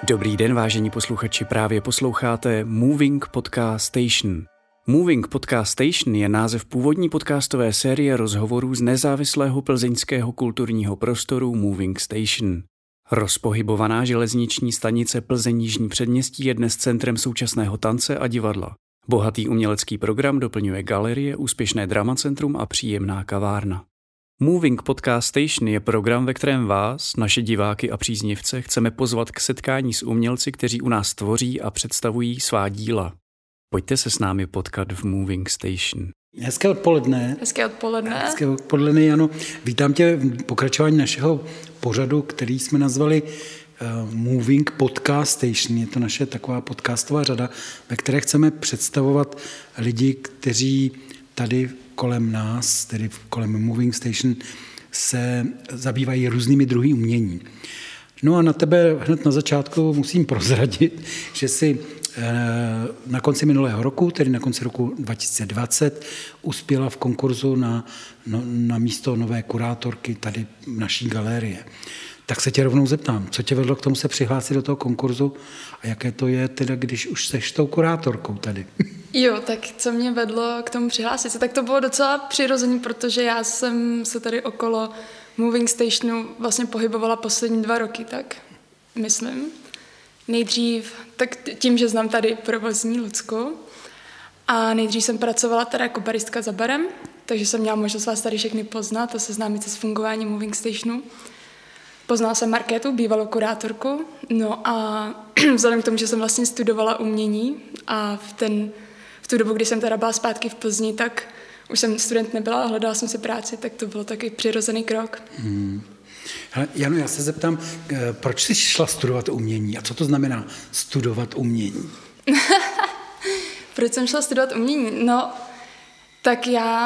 Dobrý den, vážení posluchači, právě posloucháte Moving Podcast Station. Moving Podcast Station je název původní podcastové série rozhovorů z nezávislého plzeňského kulturního prostoru Moving Station. Rozpohybovaná železniční stanice Plzeň Jižní předměstí je dnes centrem současného tance a divadla. Bohatý umělecký program doplňuje galerie, úspěšné dramacentrum a příjemná kavárna. Moving Podcast Station je program, ve kterém vás, naše diváky a příznivce, chceme pozvat k setkání s umělci, kteří u nás tvoří a představují svá díla. Pojďte se s námi potkat v Moving Station. Hezké odpoledne. Hezké odpoledne, Jano. Vítám tě v pokračování našeho pořadu, který jsme nazvali Moving Podcast Station. Je to naše taková podcastová řada, ve které chceme představovat lidi, kteří tady kolem nás, tedy kolem Moving Station, se zabývají různými druhy umění. No a na tebe hned na začátku musím prozradit, že si na konci minulého roku, tedy na konci roku 2020, uspěla v konkurzu na místo nové kurátorky tady v naší galerie. Tak se tě rovnou zeptám, co tě vedlo k tomu se přihlásit do toho konkurzu a jaké to je teda, když už seš tou kurátorkou tady? Jo, tak co mě vedlo k tomu přihlásit se, tak to bylo docela přirozené, protože já jsem se tady okolo Moving Stationu vlastně pohybovala poslední 2 roky, tak myslím. Nejdřív, tak tím, že znám tady provozní Lucku, a nejdřív jsem pracovala tady jako baristka za barem, takže jsem měla možnost vás tady všechny poznat a seznámit se s fungováním Moving Stationu. Poznala jsem Markétu, bývalou kurátorku, no a vzhledem k tomu, že jsem vlastně studovala umění a v tu dobu, kdy jsem teda byla zpátky v Plzni, tak už jsem student nebyla a hledala jsem si práci, tak to byl taky přirozený krok. Hele, Jano, já se zeptám, proč jsi šla studovat umění a co to znamená studovat umění? Proč jsem šla studovat umění? No, tak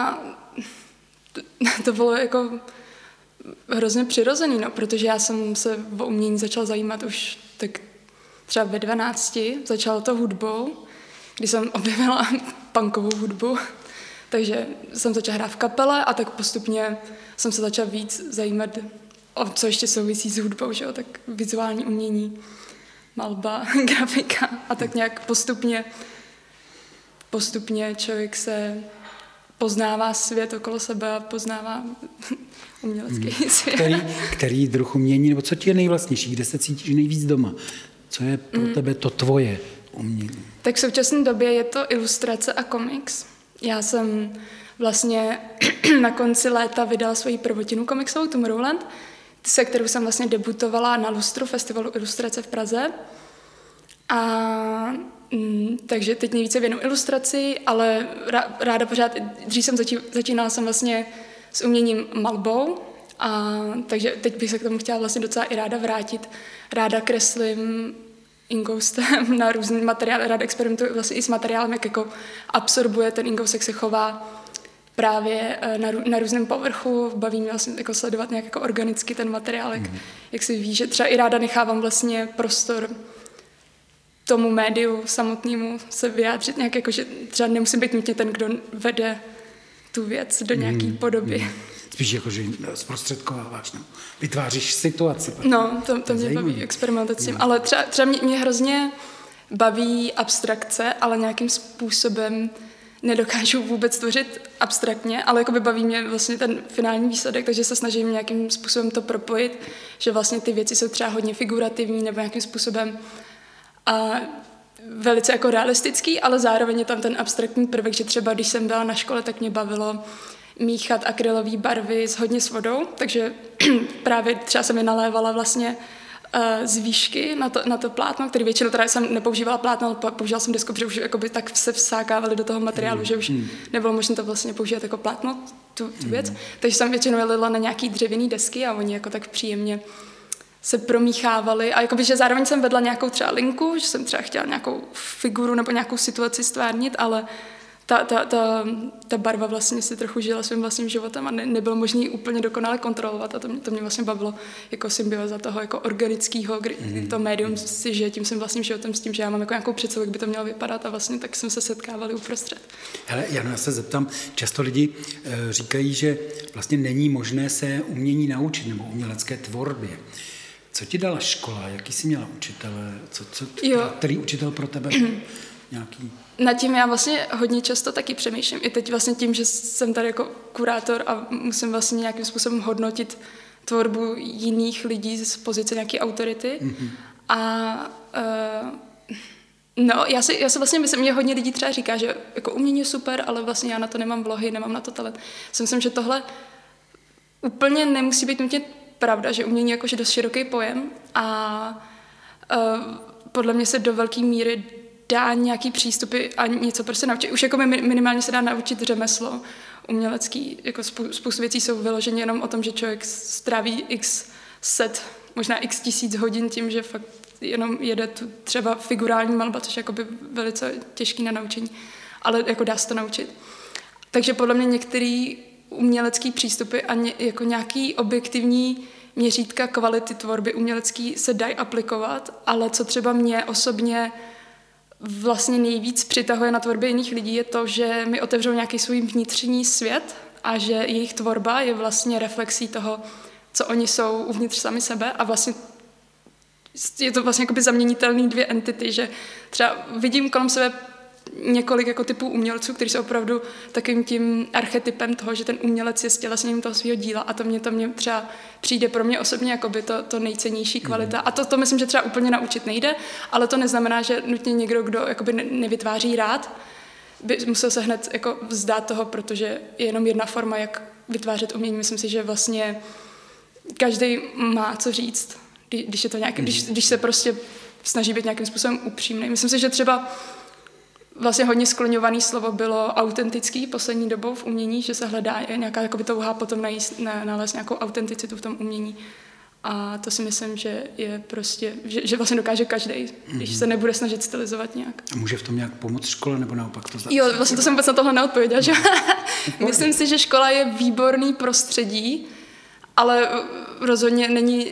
to bylo jako hrozně přirozený, no, protože já jsem se o umění začala zajímat už tak třeba ve 12, začalo to hudbou, kdy jsem objevila punkovou hudbu, takže jsem začala hrát v kapele a tak postupně jsem se začala víc zajímat o co ještě souvisí s hudbou, že jo? Tak vizuální umění, malba, grafika a tak nějak postupně člověk se poznává svět okolo sebe a poznává umělecký svět. Který druh umění, nebo co ti je nejvlastnější, kde se cítíš nejvíc doma? Co je pro tebe to tvoje umění? Tak v současné době je to ilustrace a komiks. Já jsem vlastně na konci léta vydala svoji prvotinu komiksovou Tomorrowland, se kterou jsem vlastně debutovala na Lustru, festivalu ilustrace v Praze. A takže teď nejvíce věnu ilustraci, ale ráda pořád, dřív jsem začínala jsem vlastně s uměním malbou, a takže teď bych se k tomu chtěla vlastně docela i ráda vrátit. Ráda kreslím inkoustem na různý materiál, ráda experimentuji vlastně i s materiálem, jak jako absorbuje ten inkoust, jak se chová právě na různém povrchu, baví mě vlastně jako sledovat nějak jako organicky ten materiál, jak si ví, že třeba i ráda nechávám vlastně prostor tomu médiu samotnému se vyjádřit nějak jako, že třeba nemusím být nutně ten, kdo vede tu věc do nějaký podoby. Spíš jako, že zprostředkováváš, no. Vytváříš situaci. No, to mě baví experimentovat s tím, ale třeba mě hrozně baví abstrakce, ale nějakým způsobem nedokážu vůbec tvořit abstraktně, ale jakoby baví mě vlastně ten finální výsledek, takže se snažím nějakým způsobem to propojit, že vlastně ty věci jsou třeba hodně figurativní nebo nějakým způsobem a velice jako realistický, ale zároveň je tam ten abstraktní prvek, že třeba když jsem byla na škole, tak mě bavilo míchat akrylové barvy hodně s vodou, takže právě třeba jsem je nalévala vlastně z výšky na to plátno, který většinou teda jsem nepoužívala plátno, ale používala jsem desku, protože už jakoby tak se vsákávaly do toho materiálu, že už nebylo možné to vlastně používat jako plátno, tu věc. Takže jsem většinou je lila na nějaký dřevěný desky a oni jako tak příjemně se promíchávali a jakoby, že zároveň jsem vedla nějakou třeba linku, že jsem třeba chtěla nějakou figuru nebo nějakou situaci stvárnit, ale ta barva vlastně si trochu žila svým vlastním životem a nebylo možné ji úplně dokonale kontrolovat a to mě vlastně bavilo jako symbioza toho jako organického, kdy to médium si žije tím svým vlastním životem s tím, že já mám jako nějakou představu, jak by to mělo vypadat a vlastně tak jsme se setkávali uprostřed. Hele, Jano, já se zeptám, často lidi říkají, že vlastně není možné se umění naučit nebo umělecké tvorbě. Co ti dala škola? Jaký jsi měla učitele? Který učitel pro tebe nějaký? Nad tím já vlastně hodně často taky přemýšlím. I teď vlastně tím, že jsem tady jako kurátor a musím vlastně nějakým způsobem hodnotit tvorbu jiných lidí z pozice nějaké autority. No, já si vlastně myslím, že hodně lidí třeba říká, že jako umění je super, ale vlastně já na to nemám vlohy, nemám na to talent. Myslím, že tohle úplně nemusí být nutně pravda, že umění je jakože dost široký pojem a podle mě se do velké míry dá nějaký přístupy a něco prostě naučit. Už jako minimálně se dá naučit řemeslo umělecký. Jako spoustu věcí jsou vyloženě jenom o tom, že člověk stráví x set, možná x tisíc hodin tím, že fakt jenom jede tu třeba figurální malba, což je jakoby velice těžký na naučení, ale jako dá se to naučit. Takže podle mě některý umělecký přístupy a jako nějaký objektivní měřítka kvality tvorby umělecký se dají aplikovat, ale co třeba mě osobně vlastně nejvíc přitahuje na tvorbě jiných lidí je to, že mi otevřou nějaký svůj vnitřní svět a že jejich tvorba je vlastně reflexí toho, co oni jsou uvnitř sami sebe a vlastně je to vlastně jakoby zaměnitelný dvě entity, že třeba vidím kolem sebe několik jako typů umělců, kteří jsou opravdu takovým tím archetypem toho, že ten umělec je stělesněním toho svého díla a to mě třeba přijde pro mě osobně jakoby to nejcennější kvalita. A to myslím, že třeba úplně naučit nejde, ale to neznamená, že nutně někdo, kdo jakoby nevytváří rád, by musel se hned jako vzdát toho, protože je jenom jedna forma, jak vytvářet umění. Myslím si, že vlastně každý má co říct, když je to nějak, když se prostě snaží být nějakým způsobem upřímný. Myslím si, že třeba vlastně hodně skloňované slovo bylo autentický poslední dobou v umění, že se hledá nějaká jakoby touha potom nalézt nějakou autenticitu v tom umění. A to si myslím, že je prostě, že vlastně dokáže každý, když se nebude snažit stylizovat nějak. A může v tom nějak pomoct škola, nebo naopak to Jo, vlastně to jsem vůbec na tohle neodpověděla, že? Myslím si, že škola je výborný prostředí, ale rozhodně není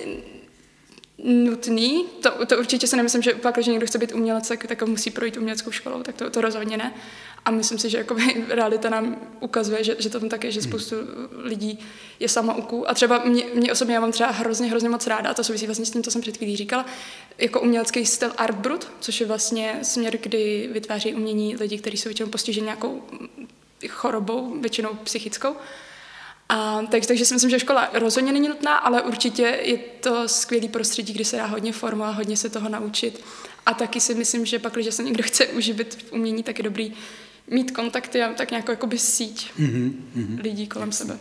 nutný. To určitě si nemyslím, že pak, když někdo chce být umělec, tak musí projít uměleckou školou, tak to rozhodně ne. A myslím si, že jakoby realita nám ukazuje, že to tam tak je, že spoustu lidí je samouků. A třeba mě osobně, já mám třeba hrozně moc ráda, a to souvisí vlastně s tím, co jsem před chvílí říkala, jako umělecký styl art brut, což je vlastně směr, kdy vytváří umění lidi, kteří jsou většinou postiženi nějakou chorobou, většinou psychickou. Takže si myslím, že škola rozhodně není nutná, ale určitě je to skvělý prostředí, kdy se dá hodně formovat, hodně se toho naučit. A taky si myslím, že pak, když se někdo chce uživit v umění, tak je dobrý mít kontakty a tak nějakou jakoby síť lidí kolem sebe.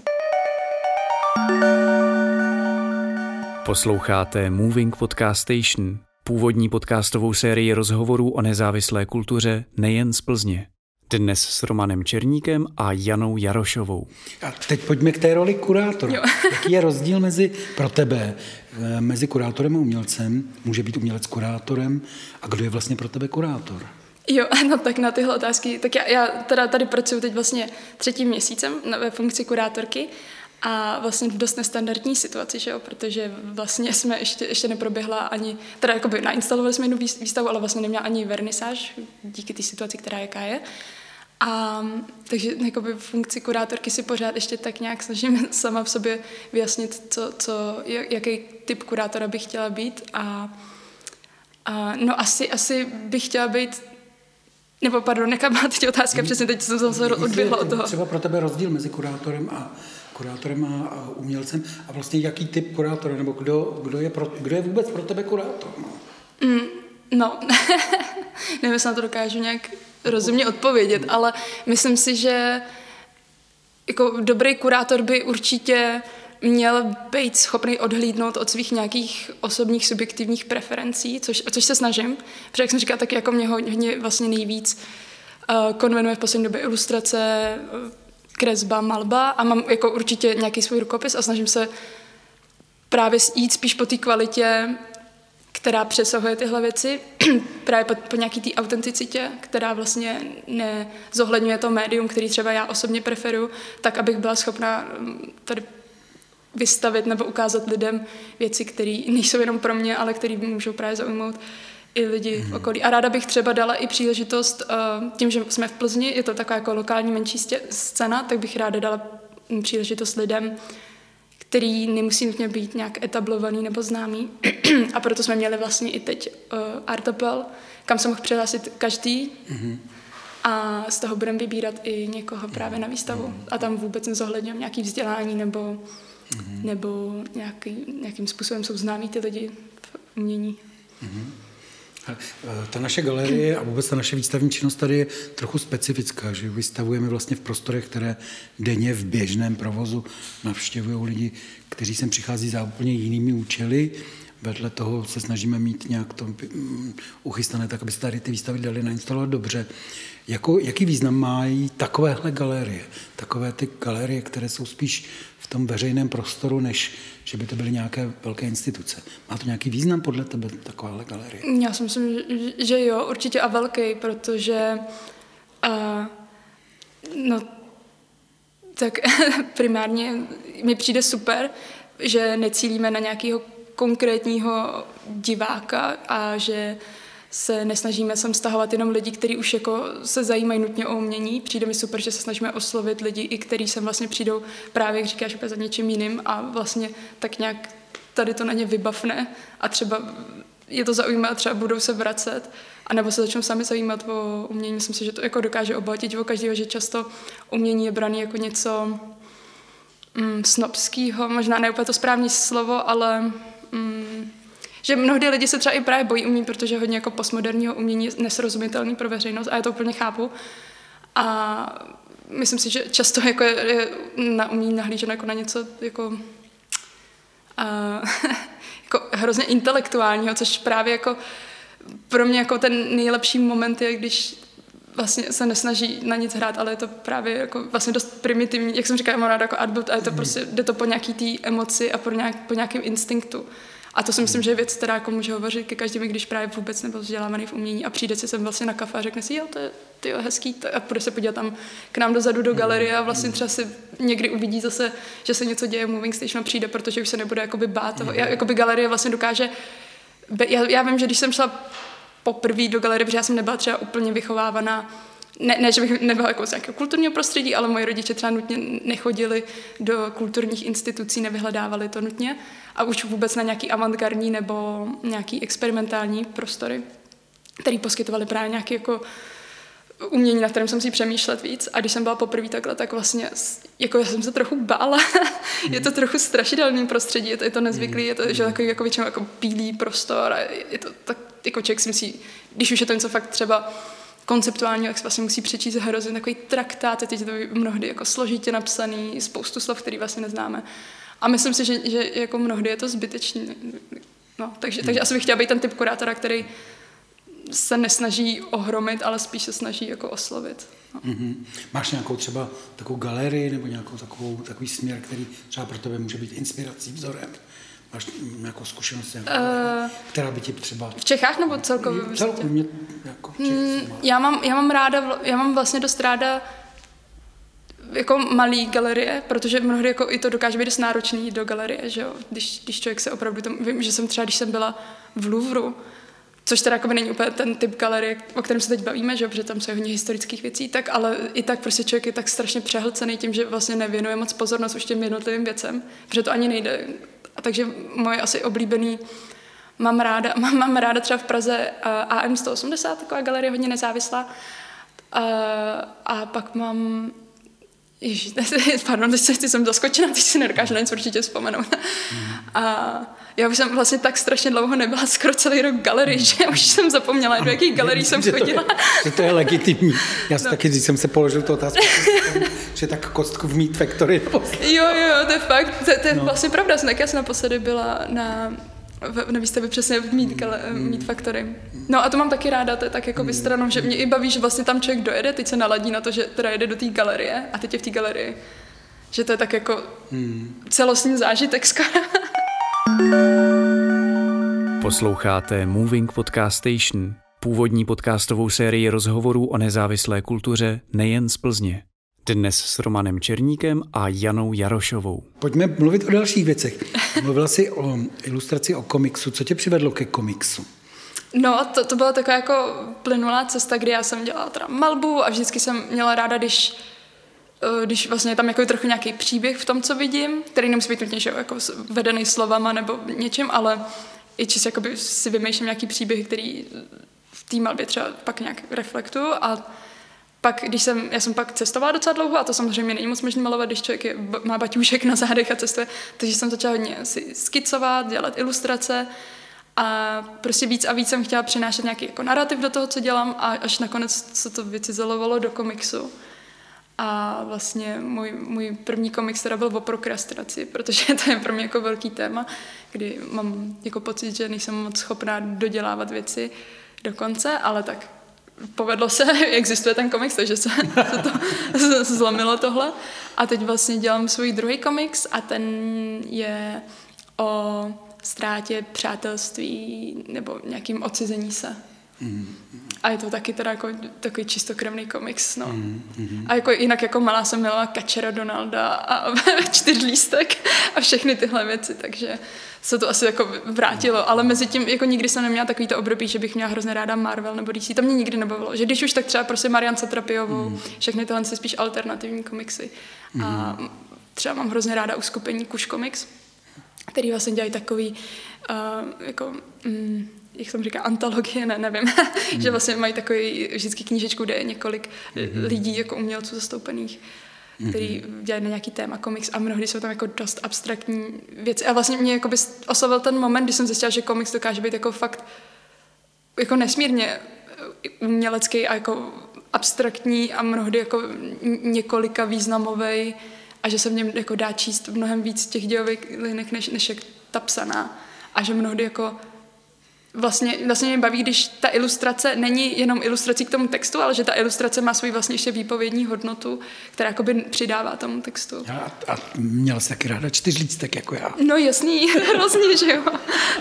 Posloucháte Moving Podcast Station, původní podcastovou sérii rozhovorů o nezávislé kultuře nejen z Plzně. Dnes s Romanem Černíkem a Janou Jarošovou. A teď pojďme k té roli kurátora. Jaký je rozdíl pro tebe mezi kurátorem a umělcem? Může být umělec kurátorem? A kdo je vlastně pro tebe kurátor? Jo, no tak na tyhle otázky. Tak já teda tady pracuji teď vlastně 3. měsícem ve funkci kurátorky a vlastně v dost nestandardní situaci, že jo? Protože vlastně jsme ještě neproběhla ani, teda jakoby nainstalovali jsme jednu výstavu, ale vlastně neměla ani vernisáž díky té situaci, která jaká je. A takže jakoby v funkci kurátorky si pořád ještě tak nějak snažím sama v sobě vyjasnit, jaký typ kurátora bych chtěla být. No asi bych chtěla být, nebo pardon, nekam má teď otázka, přesně teď jsem se odběhla od toho. Třeba pro tebe rozdíl mezi kurátorem a umělcem a vlastně jaký typ kurátora, nebo kdo je vůbec pro tebe kurátor? No, nevím, jestli na to dokážu nějak rozumně odpovědět, ale myslím si, že jako dobrý kurátor by určitě měl být schopný odhlídnout od svých nějakých osobních subjektivních preferencí, což se snažím, protože jak jsem říkala, tak jako mě hodně vlastně nejvíc konvenuje v poslední době ilustrace, kresba, malba a mám jako určitě nějaký svůj rukopis a snažím se právě jít spíš po té kvalitě, která přesahuje tyhle věci, právě po nějaký té autenticitě, která vlastně nezohledňuje to médium, který třeba já osobně preferuju, tak abych byla schopna tady vystavit nebo ukázat lidem věci, které nejsou jenom pro mě, ale které můžou právě zaujmout i lidi v okolí. A ráda bych třeba dala i příležitost, tím, že jsme v Plzni, je to taková jako lokální menší scéna, tak bych ráda dala příležitost lidem, který nemusí nutně být nějak etablovaný nebo známý. A proto jsme měli vlastně i teď Artapel, kam se mohl přihlásit každý. A z toho budeme vybírat i někoho právě na výstavu. A tam vůbec nezohledňujeme nějaký vzdělání nebo nějakým způsobem jsou známí ty lidi v umění. Ta naše galerie a vůbec ta naše výstavní činnost tady je trochu specifická, že vystavujeme vlastně v prostorech, které denně v běžném provozu navštěvují lidi, kteří sem přichází za úplně jinými účely. Vedle toho se snažíme mít nějak to uchystané, tak aby se tady ty výstavy dali nainstalovat dobře. Jaký význam mají takovéhle galerie? Takové ty galerie, které jsou spíš v tom veřejném prostoru, než že by to byly nějaké velké instituce. Má to nějaký význam podle tebe, takováhle galerie? Já si myslím, že jo, určitě a velký, protože tak primárně mi přijde super, že necílíme na nějakého konkrétního diváka a že se nesnažíme sem stahovat jenom lidi, kteří už jako se zajímají nutně o umění. Přijde mi super, že se snažíme oslovit lidi, i kteří sem vlastně přijdou právě, jak říkáš, za něčím jiným a vlastně tak nějak tady to na ně vybavne a třeba je to zaujme a třeba budou se vracet a nebo se začnou sami zajímat o umění. Myslím si, že to jako dokáže obohatit o každého, že často umění je brané jako něco snobského, možná ne úplně to správné slovo, ale že mnohdy lidi se třeba i právě bojí umění, protože hodně jako postmoderního umění je nesrozumitelný pro veřejnost a já to úplně chápu. A myslím si, že často jako je na umění nahlíženo jako na něco jako hrozně intelektuálního, což právě jako pro mě jako ten nejlepší moment je, když vlastně se nesnaží na nic hrát, ale je to právě jako vlastně dost primitivní, jak jsem říkala, mám ráda jako artbook, a je to prostě, jde to po nějaký té emoci a po nějakém instinktu. A to si myslím, že je věc, která jako může hovořit ke každému, když právě vůbec nebyl vzdělávaný v umění a přijde si sem vlastně na kafe a řekne si, jo, to je hezký, a půjde se podívat tam k nám dozadu do galerie a vlastně třeba si někdy uvidí zase, že se něco děje v Moving Station a přijde, protože už se nebude jakoby bát toho. Jakoby galerie vlastně dokáže, já vím, že když jsem šla poprvé do galerie, protože já jsem nebyla třeba úplně vychovávaná, ne, že bych nebyla jako z nějakého kulturního prostředí, ale moji rodiče třeba nutně nechodili do kulturních institucí, nevyhledávali to nutně a už vůbec na nějaký avantgardní nebo nějaký experimentální prostory, který poskytovali právě nějaké jako umění, na kterém jsem si přemýšlet víc. A když jsem byla poprvé takhle, tak vlastně jako já jsem se trochu bála. Je to trochu strašidelný prostředí, je to nezvyklý, je to že takový jako většinou jako bílý prostor a je to tak, jako člověk si myslí, když už je to něco fakt třeba konceptuálně, jak se vlastně musí přečíst hrozně takový traktát, teď je to mnohdy jako složitě napsaný, spoustu slov, který vlastně neznáme. A myslím si, že jako mnohdy je to zbytečný. No, takže asi bych chtěla být ten typ kurátora, který se nesnaží ohromit, ale spíš se snaží jako oslovit. No. Máš nějakou třeba takovou galerii nebo nějakou takový směr, který třeba pro tebe může být inspirací, vzorem? Máš nějakou zkušenost, která by ti třeba... V Čechách nebo celkově? Celkově, jako v Čechách. Já mám vlastně dost ráda jako malý galerie, protože mnohdy jako i to dokáže být dost náročný do galerie, že jo? Když člověk se opravdu... Vím, že jsem třeba, když jsem byla v Louvru, což teda jako není úplně ten typ galerie, o kterém se teď bavíme, že jo? Protože tam jsou hodně historických věcí, tak ale i tak prostě člověk je tak strašně přehlcený tím, že vlastně nevěnuje moc pozornost už těm jednotlivým věcem, protože to ani nejde. A takže moje asi oblíbený, mám ráda třeba v Praze AM 180, taková galerie hodně nezávislá. A pak mám, pardon, teď jsem zaskočena, teď si nedokážu na nic určitě vzpomenout. A já už jsem vlastně tak strašně dlouho nebyla skoro celý rok v galerii, že už jsem zapomněla, do jakých galerií jsem chodila. To je legitimní. Já taky, když jsem se položil tu otázku, že tak kostku v Meat Factory. Jo, to je fakt, to je vlastně pravda. Já jsem naposledy byla na výstavě přesně v Meat Factory. No a to mám taky ráda, to je tak jako vystranou, že mě i baví, že vlastně tam člověk dojede, teď se naladí na to, že teda jede do té galerie a teď je v té galerii. Že to je tak jako celostní zážitek skoro. Posloucháte Moving Podcast Station, původní podcastovou sérii rozhovorů o nezávislé kultuře nejen z Plzně. Dnes s Romanem Černíkem a Janou Jarošovou. Pojďme mluvit o dalších věcech. Mluvila jsi o ilustraci, o komiksu. Co tě přivedlo ke komiksu? No, to byla taková jako plynulá cesta, kdy já jsem dělala teda malbu a vždycky jsem měla ráda, když když vlastně je tam jako trochu nějaký příběh v tom, co vidím, který nemusí být nutně jako vedený slovama nebo něčím, ale i čistě jakoby si vymýšlím nějaký příběh, který v té malbě třeba pak nějak reflektuju a pak, já jsem pak cestovala docela dlouho a to samozřejmě není moc možné malovat, když člověk má baťůšek na zádech a cestuje, takže jsem začala hodně si skicovat, dělat ilustrace a prostě víc a víc jsem chtěla přinášet nějaký jako narrativ do toho, co dělám a až nakonec se to vycizelovalo do komiksu. A vlastně můj první komiks teda byl o prokrastinaci, protože to je pro mě jako velký téma, kdy mám jako pocit, že nejsem moc schopná dodělávat věci do konce, ale tak povedlo se, existuje ten komiks, takže se to zlomilo tohle. A teď vlastně dělám svůj druhý komiks a ten je o ztrátě přátelství nebo nějakým odcizení se. A je to taky teda jako takový čistokrevný komiks, no. A jako jinak jako malá jsem měla Kačera Donalda a Čtyřlístek a všechny tyhle věci, takže se to asi jako vrátilo, ale mezi tím jako nikdy jsem neměla takový to období, že bych měla hrozně ráda Marvel nebo DC, to mě nikdy nebavilo, že když už tak třeba prostě Marian Satrapiovou, všechny tyhle jsou spíš alternativní komiksy. A třeba mám hrozně ráda uskupení Kuš Comics, který vlastně dělají takový jak jsem říká, antologie, nevím, že vlastně mají takový vždycky knížečku, kde je několik lidí jako umělců zastoupených, který dělají na nějaký téma komiks a mnohdy jsou tam jako dost abstraktní věci. A vlastně mě jakoby oslovil ten moment, kdy jsem zjistila, že komiks dokáže být jako fakt jako nesmírně umělecký a jako abstraktní a mnohdy jako několika významovej a že se v něm jako dá číst mnohem víc těch dějových linek, než je ta psaná. A že mnohdy jako Vlastně mě baví, když ta ilustrace není jenom ilustrací k tomu textu, ale že ta ilustrace má svůj vlastně ještě výpovědní hodnotu, která jakoby přidává tomu textu. A měla jsi taky ráda Čtyřlístek jako já. No jasný, hrozně, že jo.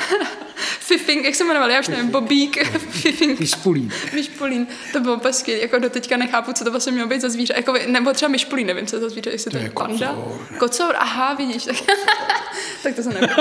Fifing, jak se jmenoval, já už nevím, Bobík, Fifing. Myšpulín, to bylo pesky, jako doteďka nechápu, co to vlastně mělo být za zvíře, jako, nebo třeba myšpulín, nevím, co to za zvíře, jestli to je panda. Kocour, aha, vidíš, tak to se nevím.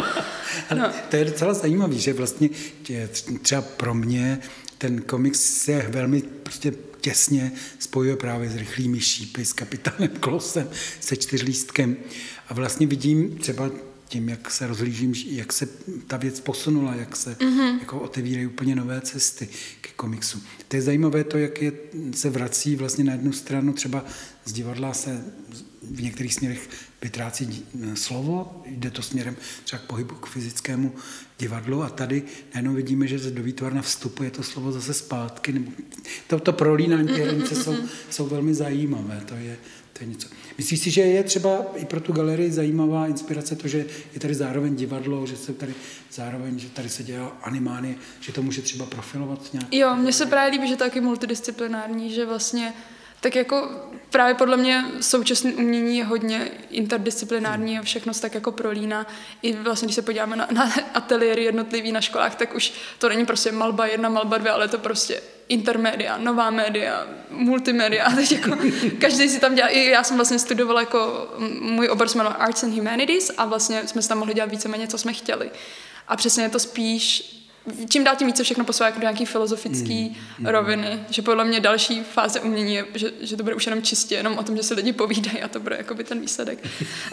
No. To je docela zajímavý, že vlastně třeba pro mě ten komiks se velmi prostě těsně spojuje právě s Rychlými šípy, s Kapitánem Klosem, se Čtyřlístkem. A vlastně vidím třeba tím, jak se rozhlížím, jak se ta věc posunula, jak se jako otevírají úplně nové cesty ke komiksu. To je zajímavé to, jak se vrací vlastně na jednu stranu, třeba z divadla se v některých směrech vytrácí slovo, jde to směrem třeba k pohybu, k fyzickému divadlu a tady najednou vidíme, že do výtvarna vstupuje to slovo zase zpátky. Nebo to prolínání ty hranice jsou velmi zajímavé, to je něco. Myslíš si, že je třeba i pro tu galerii zajímavá inspirace to, že je tady zároveň divadlo, že se tady zároveň, že tady se dělá animánie, že to může třeba profilovat nějak? Jo, mně se právě líbí, že to je taky multidisciplinární, že vlastně tak jako právě podle mě současné umění je hodně interdisciplinární a všechno se tak jako prolíná. I vlastně, když se podíváme na ateliéry jednotlivý na školách, tak už to není prostě malba 1, malba 2, ale to prostě intermédia, nová média, multimédia. A teď jako každý si tam dělá. I já jsem vlastně studovala jako, můj obor se jmenoval Arts and Humanities a vlastně jsme si tam mohli dělat víceméně, co jsme chtěli. A přesně je to spíš čím dál tím více všechno posouvá jako do nějaký filozofický roviny, že podle mě další fáze umění je, že to bude už jenom čistě, jenom o tom, že si lidi povídají a to bude jakoby ten výsledek.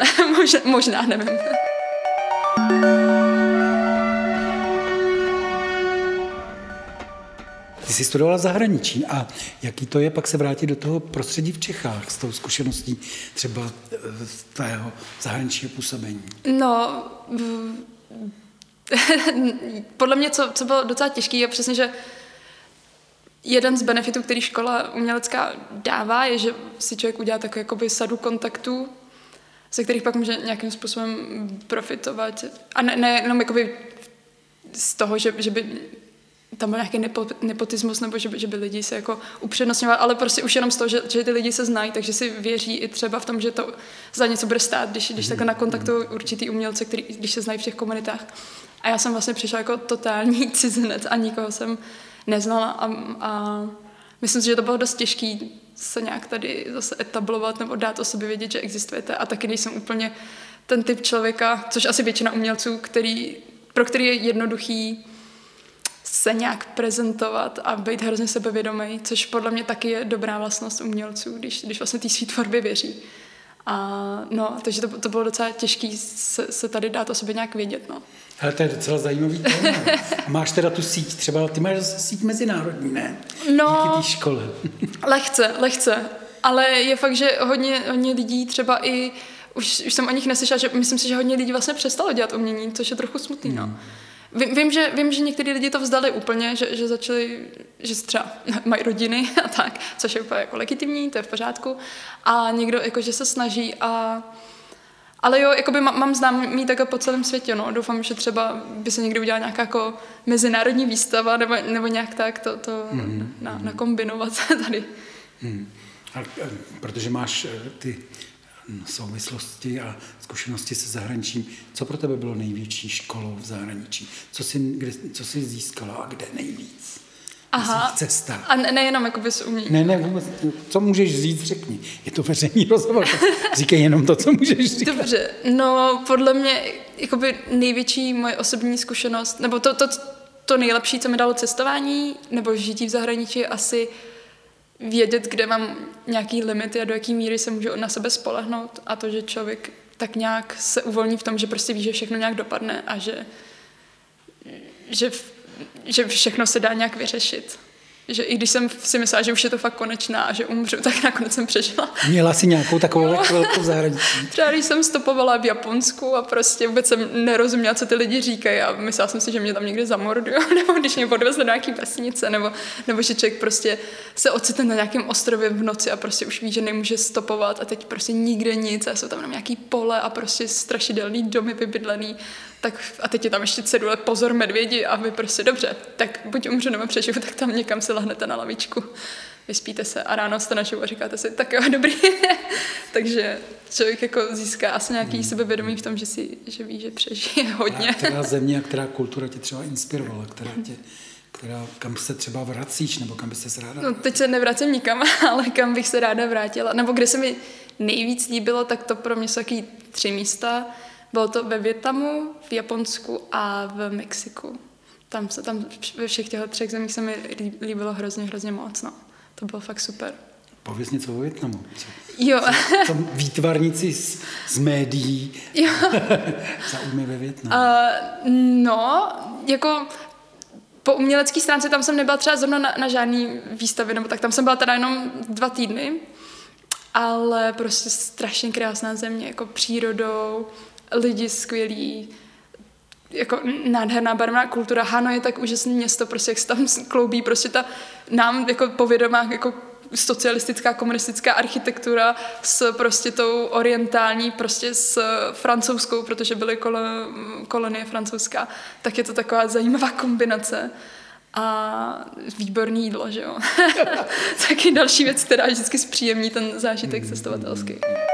možná, nevím. Ty jsi studovala v zahraničí a jaký to je pak se vrátit do toho prostředí v Čechách s tou zkušeností třeba z tého zahraničního působení? No, podle mě, co bylo docela těžké, je přesně, že jeden z benefitů, který škola umělecká dává, je, že si člověk udělá takovou jakoby sadu kontaktů, ze kterých pak může nějakým způsobem profitovat. A ne jenom jakoby z toho, že by tam byl nějaký nepotismus, nebo že by lidi se jako upřednostňovali, ale prostě už jenom z toho, že ty lidi se znají, takže si věří i třeba v tom, že to za něco bude stát, když takhle nakontaktují určitý umělce, když se znají v těch komunitách. A já jsem vlastně přišla jako totální cizinec a nikoho jsem neznala a myslím si, že to bylo dost těžký se nějak tady zase etablovat nebo dát o sobě vědět, že existujete a taky nejsem úplně ten typ člověka, což asi většina umělců, pro který je jednoduchý se nějak prezentovat a být hrozně sebevědomý, což podle mě taky je dobrá vlastnost umělců, když vlastně té svý tvorbě věří. A no, takže to bylo docela těžké se tady dát o sobě nějak vědět, no. Ale to je docela zajímavý téma. A máš teda tu síť, třeba ty máš zase síť mezinárodní, ne? No, díky té škole. lehce. Ale je fakt, že hodně lidí třeba i, už jsem o nich neslyšela, že myslím si, že hodně lidí vlastně přestalo dělat umění, což je trochu smutný, no. Vím, že některý lidi to vzdali úplně, že začali, že třeba mají rodiny a tak, což je úplně jako legitimní, to je v pořádku. A někdo jakože se snaží ale jo, jakoby mám známý takhle po celém světě, no. Doufám, že třeba by se někdy udělala nějaká jako mezinárodní výstava nebo nějak tak to nakombinovat tady. A protože máš ty souvislosti a zkušenosti se zahraničím, co pro tebe bylo největší školou v zahraničí? Co jsi získala a kde nejvíc? Aha, cestách. A nejenom jakoby z umění. Ne, vůbec. Co můžeš říct, řekni. Je to veřejný rozhovor. Říkej jenom to, co můžeš říct. Dobře, no podle mě jakoby největší moje osobní zkušenost, nebo to nejlepší, co mi dalo cestování, nebo žití v zahraničí, je asi vědět, kde mám nějaký limity a do jaký míry se můžu na sebe spolehnout a to, že člověk tak nějak se uvolní v tom, že prostě ví, že všechno nějak dopadne a že všechno se dá nějak vyřešit. Že i když jsem si myslela, že už je to fakt konečná a že umřu, tak nakonec jsem přežila. Měla jsi nějakou takovou velkou zahraničí? Třeba když jsem stopovala v Japonsku a prostě vůbec jsem nerozuměla, co ty lidi říkají a myslela jsem si, že mě tam někde zamordujou, nebo když mě podvezli do nějaký vesnice, nebo že člověk prostě se ocitne na nějakém ostrově v noci a prostě už ví, že nemůže stopovat a teď prostě nikde nic a jsou tam jenom nějaký pole a prostě strašidelný domy vybydlený. Tak a teď je tam ještě cedule pozor medvědi a vy prostě dobře, tak buď umřu nebo přežiju, tak tam někam si lehnete na lavičku, vyspíte se a ráno jste naživu a říkáte si, tak jo, dobrý. Takže člověk jako získá asi nějaký sebevědomí v tom, že ví, že přežije hodně. A která země a která kultura tě třeba inspirovala, kam se třeba vracíš, nebo kam byste se ráda... No teď se nevracím nikam, ale kam bych se ráda vrátila. Nebo kde se mi nejvíc líbilo, tak to pro mě jsou taky 3 místa. Bylo to ve Vietnamu, v Japonsku a v Mexiku. Tam ve všech těchto 3 zemích se mi líbilo hrozně moc. No. To bylo fakt super. Pověz něco o Vietnamu. Jo. Co výtvarníci z médií zaujímají ve Vietnamu? No, jako po umělecké stránce tam jsem nebyla třeba zrovna na žádný výstavě, nebo tak tam jsem byla teda jenom 2 týdny, ale prostě strašně krásná země, jako přírodou, lidi skvělí, jako nádherná barevná kultura. Hanoj je tak úžasné město, prostě jak se tam kloubí prostě ta nám jako povědomá jako socialistická, komunistická architektura s prostě tou orientální, prostě s francouzskou, protože byly kolonie francouzská, tak je to taková zajímavá kombinace. A výborný jídlo, že jo. Taky další věc, která vždycky zpříjemní ten zážitek cestovatelský.